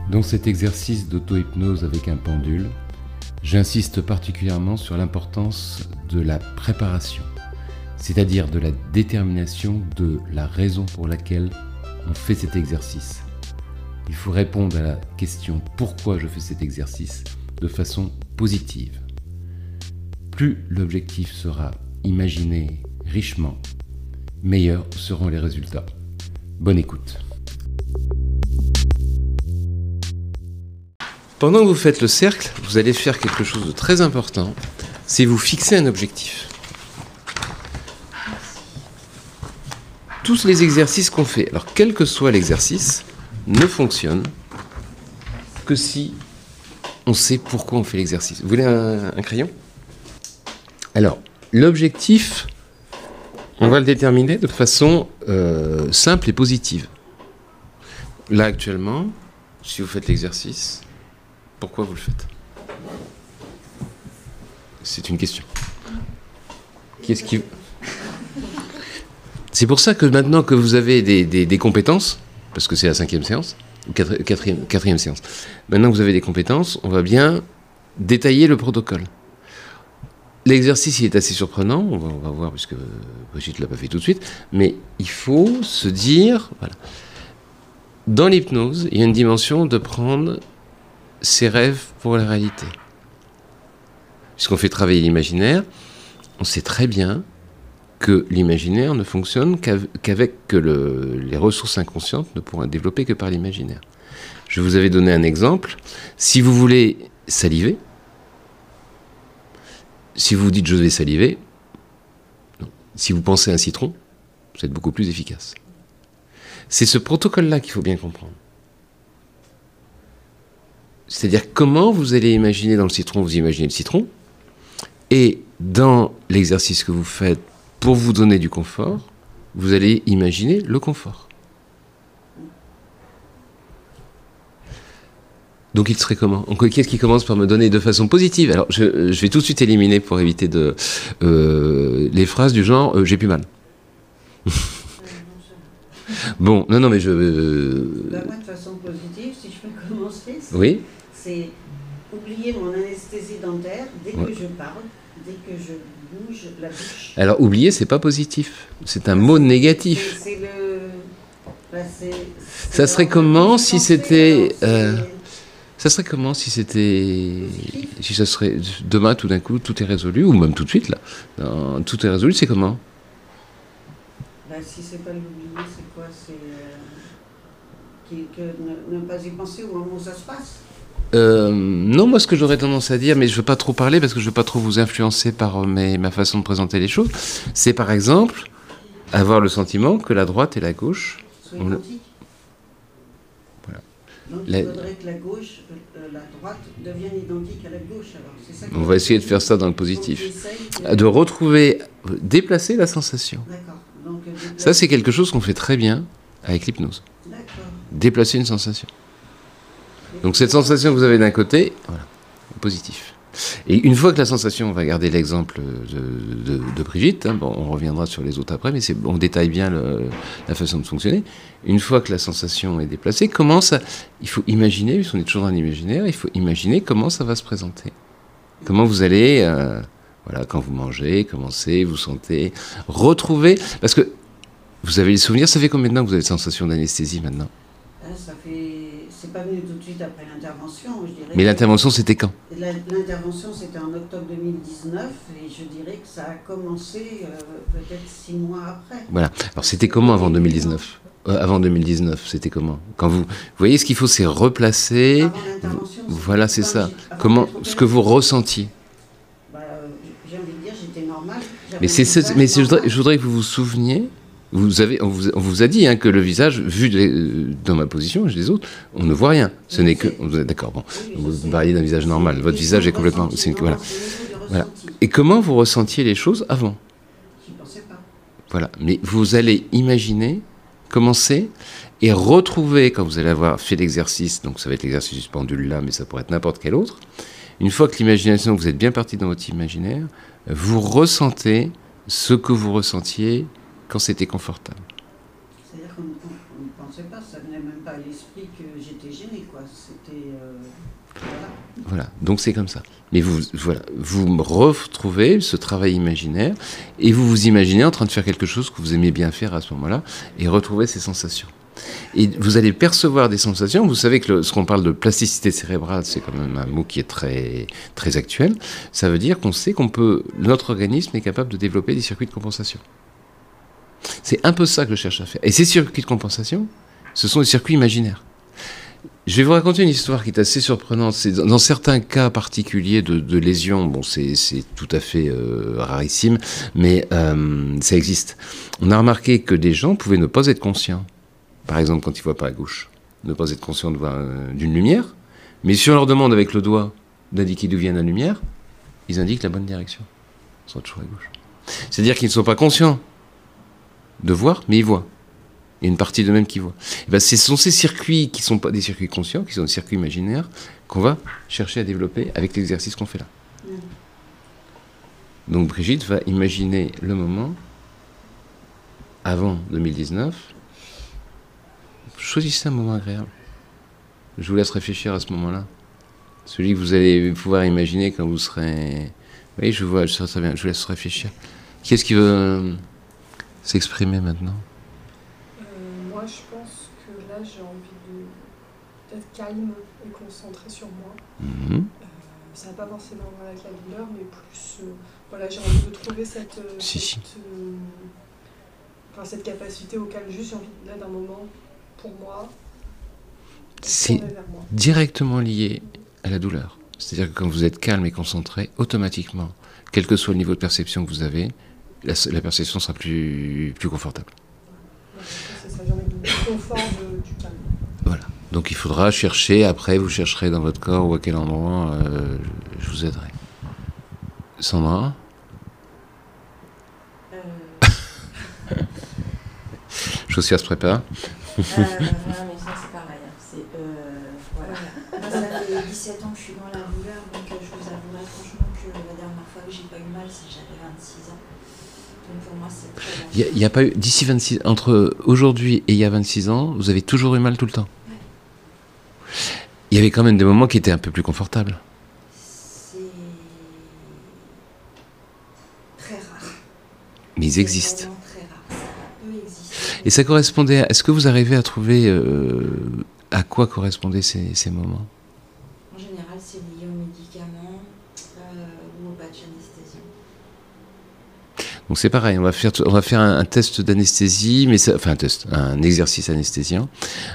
Dans cet exercice d'auto-hypnose avec un pendule, j'insiste particulièrement sur l'importance de la préparation, c'est-à-dire de la détermination de la raison pour laquelle on fait cet exercice. Il faut répondre à la question « Pourquoi je fais cet exercice ?» de façon positive. Plus l'objectif sera imaginé richement, meilleurs seront les résultats. Bonne écoute. Pendant que vous faites le cercle, vous allez faire quelque chose de très important, c'est vous fixer un objectif. Tous les exercices qu'on fait, alors quel que soit l'exercice, ne fonctionnent que si on sait pourquoi on fait l'exercice. Vous voulez un crayon ? Alors, l'objectif, on va le déterminer de façon simple et positive. Là, actuellement, si vous faites l'exercice, pourquoi vous le faites ? C'est une question. Qu'est-ce qui... C'est pour ça que maintenant que vous avez des compétences, parce que c'est la 5e séance, ou 4e séance, maintenant que vous avez des compétences, on va bien détailler le protocole. L'exercice, il est assez surprenant, on va voir, puisque Brigitte ne l'a pas fait tout de suite, mais il faut se dire, voilà, dans l'hypnose, il y a une dimension de prendre ses rêves pour la réalité. Puisqu'on fait travailler l'imaginaire, on sait très bien que l'imaginaire ne fonctionne qu'avec les ressources inconscientes ne pourront être développées que par l'imaginaire. Je vous avais donné un exemple. Si vous voulez saliver, si vous dites « je vais saliver », si vous pensez à un citron, vous êtes beaucoup plus efficace. C'est ce protocole-là qu'il faut bien comprendre. C'est-à-dire comment vous allez imaginer dans le citron, vous imaginez le citron, et dans l'exercice que vous faites pour vous donner du confort, vous allez imaginer le confort. Donc il serait comment ? Qu'est-ce qui commence par me donner de façon positive ? Alors je vais tout de suite éliminer pour éviter les phrases du genre j'ai plus mal. Bon, non, mais Moi, de façon positive, si je peux commencer, oui. C'est oublier mon anesthésie dentaire dès que je parle, dès que je bouge la bouche. Alors oublier, c'est pas positif, c'est un mot négatif. Ça serait comment si c'était... Ça serait comment si c'était... Si ça serait demain, tout d'un coup, tout est résolu, ou même tout de suite, là. Tout est résolu, c'est comment ? Si c'est pas l'oublier, c'est quoi ? C'est ne pas y penser au moment où ça se passe. Non, moi ce que j'aurais tendance à dire, mais je ne veux pas trop parler parce que je ne veux pas trop vous influencer par ma façon de présenter les choses, c'est par exemple avoir le sentiment que la droite et la gauche sont identiques. Voilà. Donc il faudrait que la droite devienne identique à la gauche. Alors, c'est ça on va essayer de faire ça dans le positif. De retrouver, déplacer la sensation. D'accord. Donc, ça c'est quelque chose qu'on fait très bien avec l'hypnose. D'accord. Déplacer une sensation. Donc cette sensation que vous avez d'un côté, voilà, positif. Et une fois que la sensation, on va garder l'exemple de Brigitte, bon, on reviendra sur les autres après, mais on détaille bien la façon de fonctionner. Une fois que la sensation est déplacée, il faut imaginer, puisqu'on est toujours dans l'imaginaire, il faut imaginer comment ça va se présenter. Comment vous allez, voilà, quand vous mangez, commencez, vous sentez, retrouver, parce que vous avez les souvenirs, ça fait combien de temps que vous avez la sensation d'anesthésie maintenant ? C'est pas venu tout de suite après l'intervention, je dirais. Mais l'intervention, c'était quand ? L'intervention, c'était en octobre 2019, et je dirais que ça a commencé peut-être 6 mois après. Voilà. Alors, c'était comment avant 2019 ? Avant 2019, c'était comment ? Quand vous voyez, ce qu'il faut, c'est replacer. Avant l'intervention. Voilà, c'est ça. Comment, ce que vous ressentiez. J'ai envie de dire, j'étais normale. Mais je voudrais que vous vous souveniez. On vous a dit que le visage, vu dans ma position et des autres, on ne voit rien. Ce n'est que... D'accord, bon. Vous parliez d'un visage normal. Votre visage est complètement... Voilà. Et comment vous ressentiez les choses avant ? Je ne pensais pas. Voilà. Mais vous allez imaginer, commencer, et retrouver, quand vous allez avoir fait l'exercice, donc ça va être l'exercice du pendule là, mais ça pourrait être n'importe quel autre, une fois que l'imagination, vous êtes bien parti dans votre imaginaire, vous ressentez ce que vous ressentiez quand c'était confortable. C'est-à-dire qu'on ne pensait pas, ça venait même pas à l'esprit que j'étais gênée, quoi. C'était... voilà. Voilà, donc c'est comme ça. Mais vous retrouvez ce travail imaginaire et vous vous imaginez en train de faire quelque chose que vous aimez bien faire à ce moment-là et retrouver ces sensations. Et vous allez percevoir des sensations. Vous savez que ce qu'on parle de plasticité cérébrale, c'est quand même un mot qui est très, très actuel. Ça veut dire qu'on sait notre organisme est capable de développer des circuits de compensation. C'est un peu ça que je cherche à faire. Et ces circuits de compensation, ce sont des circuits imaginaires. Je vais vous raconter une histoire qui est assez surprenante. C'est dans certains cas particuliers de lésions, bon, c'est tout à fait rarissime, mais ça existe. On a remarqué que des gens pouvaient ne pas être conscients. Par exemple, quand ils ne voient pas à gauche, ne pas être conscients d'une lumière, mais si on leur demande avec le doigt d'indiquer d'où vient la lumière, ils indiquent la bonne direction. Ils sont toujours à gauche. C'est-à-dire qu'ils ne sont pas conscients de voir, mais ils voient. Il y a une partie d'eux-mêmes qui voit. Et ben, ce sont ces circuits qui ne sont pas des circuits conscients, qui sont des circuits imaginaires, qu'on va chercher à développer avec l'exercice qu'on fait là. Donc Brigitte va imaginer le moment avant 2019. Choisissez un moment agréable. Je vous laisse réfléchir à ce moment-là. Celui que vous allez pouvoir imaginer quand vous serez... Oui, je vois, ça très bien. Je vous laisse réfléchir. Qui est-ce qui veut s'exprimer maintenant ? Moi, je pense que là, j'ai envie d'être calme et concentré sur moi. Ça n'a pas forcément voir avec la douleur, mais plus... voilà, j'ai envie de trouver cette capacité au calme. Juste, j'ai envie là d'un moment pour moi. C'est directement lié à la douleur. C'est-à-dire que quand vous êtes calme et concentré, automatiquement, quel que soit le niveau de perception que vous avez, la perception sera plus confortable. C'est ça, j'ai envie de confort du calme. Voilà. Donc il faudra chercher, après vous chercherez dans votre corps ou à quel endroit je vous aiderai. Sandra ? Josias se prépare. Voilà, mais ça c'est pareil. Voilà. Moi, ça fait 17 ans que je suis dans la douleur, donc je vous avouerai franchement que la dernière fois que j'ai pas eu mal, c'est que j'avais 26 ans. Donc pour moi, c'est très... Il n'y a pas eu, d'ici 26, entre aujourd'hui et il y a 26 ans, vous avez toujours eu mal tout le temps. Ouais. Il y avait quand même des moments qui étaient un peu plus confortables. C'est très rare. Mais ils existent. C'est vraiment très rare. Ça peut exister. Et ça correspondait à... Est-ce que vous arrivez à trouver à quoi correspondaient ces moments ? En général, c'est lié aux médicaments ou aux patchs anesthésiants. Donc c'est pareil, on va faire un test d'anesthésie, mais un exercice anesthésien,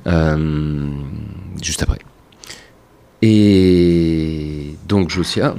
juste après. Et donc Josia,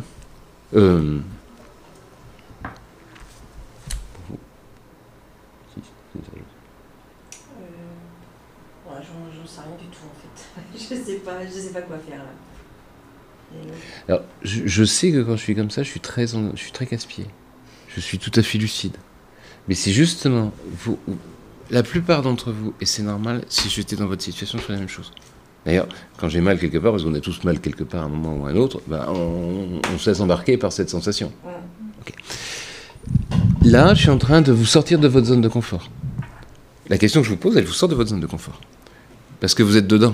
J'en sais rien du tout en fait. je sais pas quoi faire là. Alors, je sais que quand je suis comme ça, je suis très casse-pied. Je suis tout à fait lucide. Mais c'est justement, la plupart d'entre vous, et c'est normal, si j'étais dans votre situation, je ferais la même chose. D'ailleurs, quand j'ai mal quelque part, parce qu'on a tous mal quelque part à un moment ou à un autre, on se laisse embarquer par cette sensation. Okay. Là, je suis en train de vous sortir de votre zone de confort. La question que je vous pose, elle vous sort de votre zone de confort. Parce que vous êtes dedans.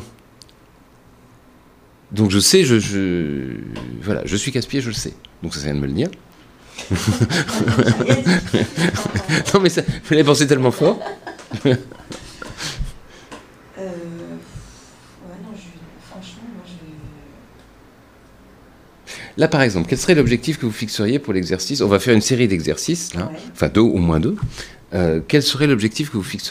Donc je sais, voilà, je suis casse-pied, je le sais. Donc ça vient de me le dire. Non mais ça, vous l'avez pensé tellement fort. Ouais, non, franchement, moi Là par exemple, quel serait l'objectif que vous fixeriez pour l'exercice ? On va faire une série d'exercices, là, enfin 2, au moins 2. Quel serait l'objectif que vous fixeriez ?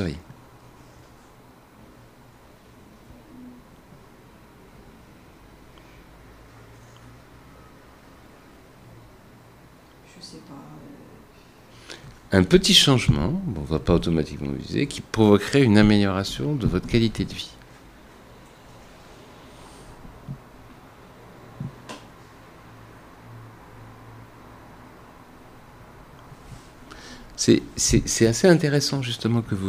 Un petit changement, bon, on ne va pas automatiquement viser, qui provoquerait une amélioration de votre qualité de vie. C'est assez intéressant justement que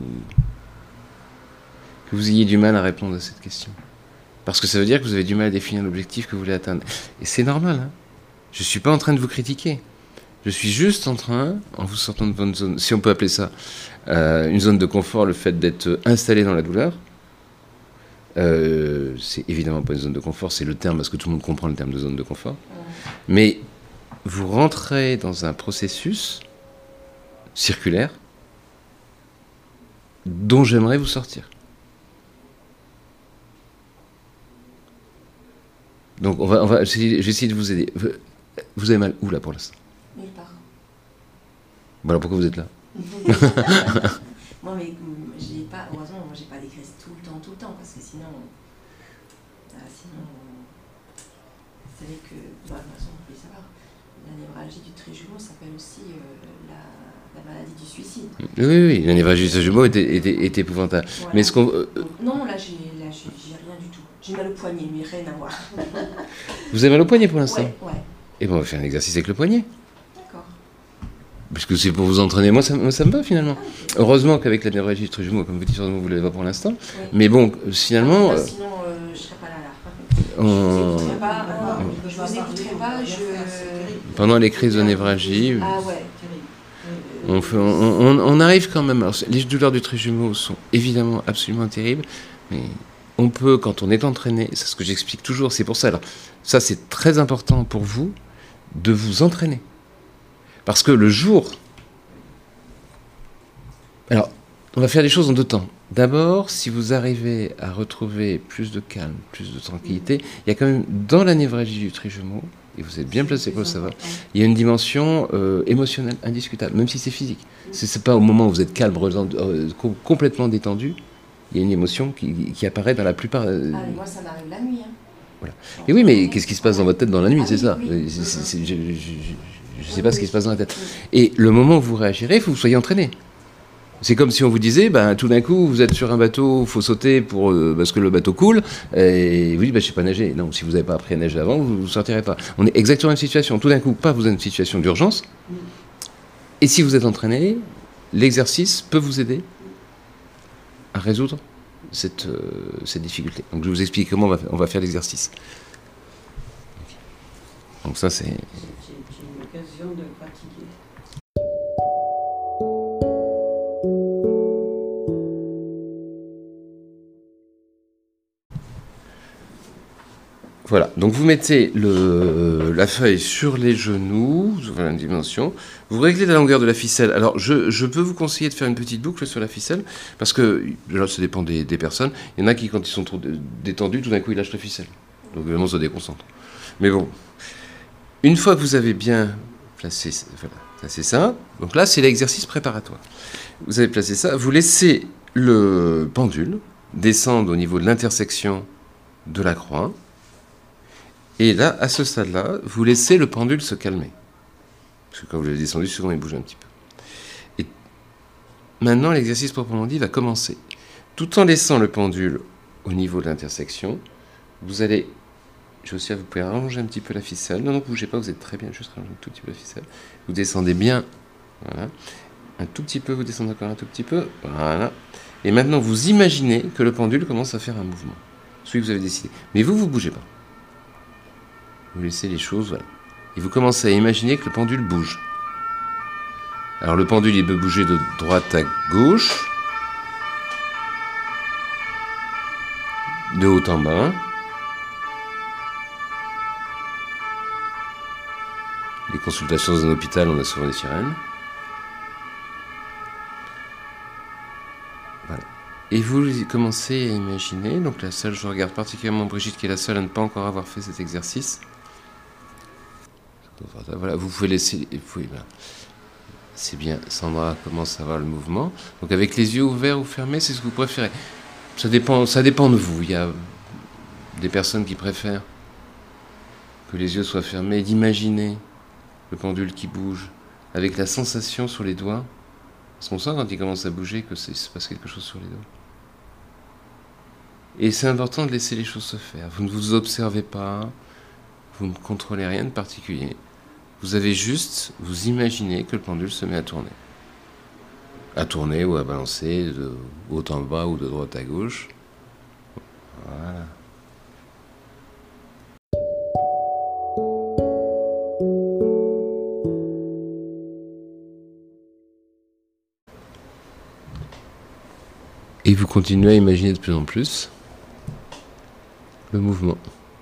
vous ayez du mal à répondre à cette question. Parce que ça veut dire que vous avez du mal à définir l'objectif que vous voulez atteindre. Et c'est normal, hein. Je ne suis pas en train de vous critiquer. Je suis juste en train, en vous sortant de votre zone, si on peut appeler ça une zone de confort, le fait d'être installé dans la douleur, c'est évidemment pas une zone de confort, c'est le terme, parce que tout le monde comprend le terme de zone de confort. Mais vous rentrez dans un processus circulaire dont j'aimerais vous sortir. Donc j'essaie de vous aider. Vous avez mal où là pour l'instant? Nulle part. Bon, alors pourquoi vous êtes là? Moi, mais j'ai pas, heureusement, moi j'ai pas des crises tout le temps, parce que sinon, vous savez que, de toute façon, vous pouvez savoir, la névralgie du trait jumeau s'appelle aussi la maladie du suicide. Oui, la névralgie du trait jumeau est épouvantable. Voilà. Mais est-ce qu'on... Non, là j'ai rien du tout. J'ai mal au poignet, mais rien à voir. Vous avez mal au poignet pour l'instant? Ouais. Et bon, on va faire un exercice avec le poignet. D'accord. Parce que c'est pour vous entraîner. Moi, ça me va finalement. Heureusement qu'avec la névralgie du trait jumeau, comme vous dites, vous ne l'avez pas pour l'instant. Oui. Mais bon, finalement... sinon, je ne serais pas là. Je vous écouterai pas. Pendant les crises de névralgie... Ah ouais. On arrive quand même... Alors, les douleurs du trait jumeau sont évidemment absolument terribles, mais... On peut, quand on est entraîné, c'est ce que j'explique toujours, c'est pour ça. Alors, ça, c'est très important pour vous de vous entraîner. Parce que le jour... Alors, on va faire les choses en deux temps. D'abord, si vous arrivez à retrouver plus de calme, plus de tranquillité, il y a quand même, dans la névralgie du trait jumeau, et vous êtes bien placé pour le savoir, il y a une dimension émotionnelle indiscutable, même si c'est physique. C'est pas au moment où vous êtes calme, complètement détendu, il y a une émotion qui apparaît dans la plupart... Ah, mais moi, ça m'arrive la nuit. Voilà. Et oui, mais qu'est-ce qui se passe dans votre tête dans la nuit, c'est ça. Oui. Je ne sais pas ce qui se passe dans la tête. Et le moment où vous réagirez, il faut que vous soyez entraîné. C'est comme si on vous disait, tout d'un coup, vous êtes sur un bateau, il faut sauter parce que le bateau coule, et vous dites, je ne sais pas nager. Non, si vous n'avez pas appris à nager avant, vous ne sortirez pas. On est exactement dans la même situation. Tout d'un coup, vous êtes dans une situation d'urgence, et si vous êtes entraîné, l'exercice peut vous aider à résoudre cette difficulté. Donc je vais vous explique comment on va faire l'exercice. Donc ça c'est... J'ai eu l'occasion de pratiquer. Voilà, donc vous mettez la feuille sur les genoux, voilà une dimension, vous réglez la longueur de la ficelle. Alors je peux vous conseiller de faire une petite boucle sur la ficelle, parce que là ça dépend des personnes, il y en a qui quand ils sont trop détendus, tout d'un coup ils lâchent la ficelle, donc évidemment ça déconcentre. Mais bon, une fois que vous avez bien placé ça, donc là c'est l'exercice préparatoire. Vous avez placé ça, vous laissez le pendule descendre au niveau de l'intersection de la croix. Et là, à ce stade-là, vous laissez le pendule se calmer. Parce que quand vous l'avez descendu, souvent il bouge un petit peu. Et maintenant, l'exercice proprement dit va commencer. Tout en laissant le pendule au niveau de l'intersection, vous allez... Josia, vous pouvez rallonger un petit peu la ficelle. Non, ne bougez pas, vous êtes très bien. Juste rallonger un tout petit peu la ficelle. Vous descendez bien. Voilà. Un tout petit peu, vous descendez encore un tout petit peu. Voilà. Et maintenant, vous imaginez que le pendule commence à faire un mouvement. Celui que vous avez décidé. Mais vous ne bougez pas. Vous laissez les choses, voilà. Et vous commencez à imaginer que le pendule bouge. Alors le pendule, il peut bouger de droite à gauche, de haut en bas. Les consultations dans un hôpital, on a souvent des sirènes. Voilà. Et vous commencez à imaginer, donc la seule, je regarde particulièrement Brigitte qui est la seule à ne pas encore avoir fait cet exercice. Voilà, vous pouvez laisser... Voilà. C'est bien, Sandra commence à voir le mouvement. Donc avec les yeux ouverts ou fermés, c'est ce que vous préférez. Ça dépend de vous. Il y a des personnes qui préfèrent que les yeux soient fermés, d'imaginer le pendule qui bouge, avec la sensation sur les doigts. Parce qu'on sent quand il commence à bouger que se passe quelque chose sur les doigts. Et c'est important de laisser les choses se faire. Vous ne vous observez pas, vous ne contrôlez rien de particulier. Vous avez juste, vous imaginez que le pendule se met à tourner. À tourner ou à balancer de haut en bas ou de droite à gauche. Voilà. Et vous continuez à imaginer de plus en plus le mouvement.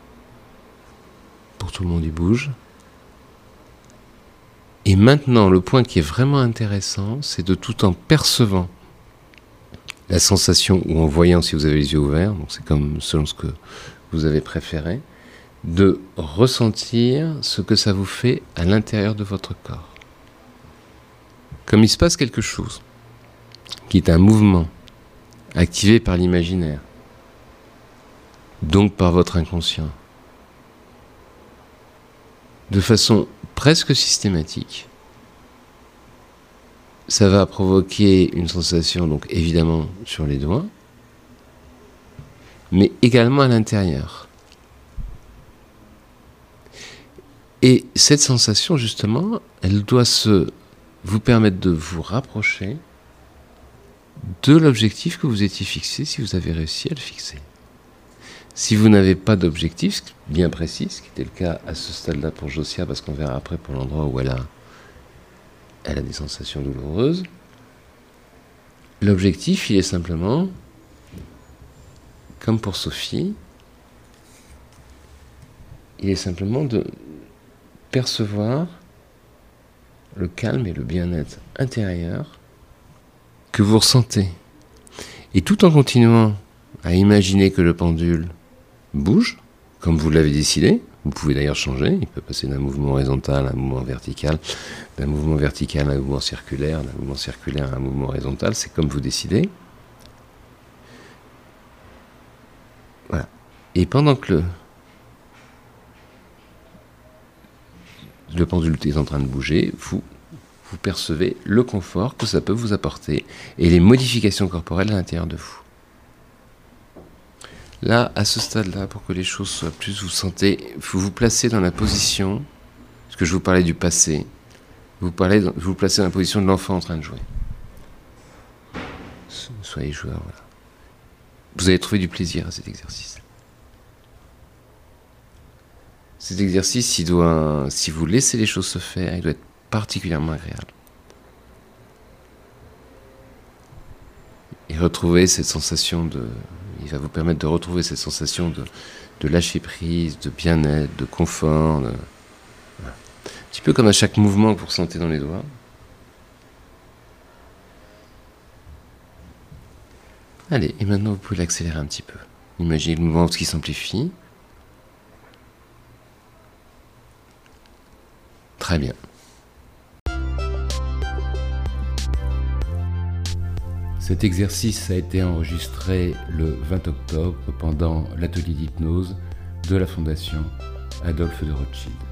Pour tout le monde, il bouge. Et maintenant, le point qui est vraiment intéressant, c'est de tout en percevant la sensation, ou en voyant si vous avez les yeux ouverts, donc c'est comme selon ce que vous avez préféré, de ressentir ce que ça vous fait à l'intérieur de votre corps. Comme il se passe quelque chose, qui est un mouvement activé par l'imaginaire, donc par votre inconscient, de façon presque systématique, ça va provoquer une sensation, donc évidemment sur les doigts, mais également à l'intérieur. Et cette sensation, justement, elle doit vous permettre de vous rapprocher de l'objectif que vous étiez fixé, si vous avez réussi à le fixer. Si vous n'avez pas d'objectif bien précis, ce qui était le cas à ce stade-là pour Josia, parce qu'on verra après pour l'endroit où elle a des sensations douloureuses, l'objectif, il est simplement, comme pour Sophie, il est simplement de percevoir le calme et le bien-être intérieur que vous ressentez. Et tout en continuant à imaginer que le pendule bouge, comme vous l'avez décidé, vous pouvez d'ailleurs changer, il peut passer d'un mouvement horizontal à un mouvement vertical, d'un mouvement vertical à un mouvement circulaire, d'un mouvement circulaire à un mouvement horizontal, c'est comme vous décidez. Voilà. Et pendant que le pendule est en train de bouger, vous percevez le confort que ça peut vous apporter et les modifications corporelles à l'intérieur de vous. Là, à ce stade-là, pour que les choses soient plus, vous vous placez dans la position, parce que je vous parlais du passé, vous placez dans la position de l'enfant en train de jouer. Soyez joueur, voilà. Vous allez trouver du plaisir à cet exercice. Cet exercice, si vous laissez les choses se faire, il doit être particulièrement agréable. Et retrouver cette sensation il va vous permettre de retrouver cette sensation de lâcher prise, de bien-être, de confort. Voilà. Un petit peu comme à chaque mouvement que vous ressentez dans les doigts. Allez, et maintenant vous pouvez l'accélérer un petit peu. Imaginez le mouvement qui s'amplifie. Très bien. Cet exercice a été enregistré le 20 octobre pendant l'atelier d'hypnose de la Fondation Adolphe de Rothschild.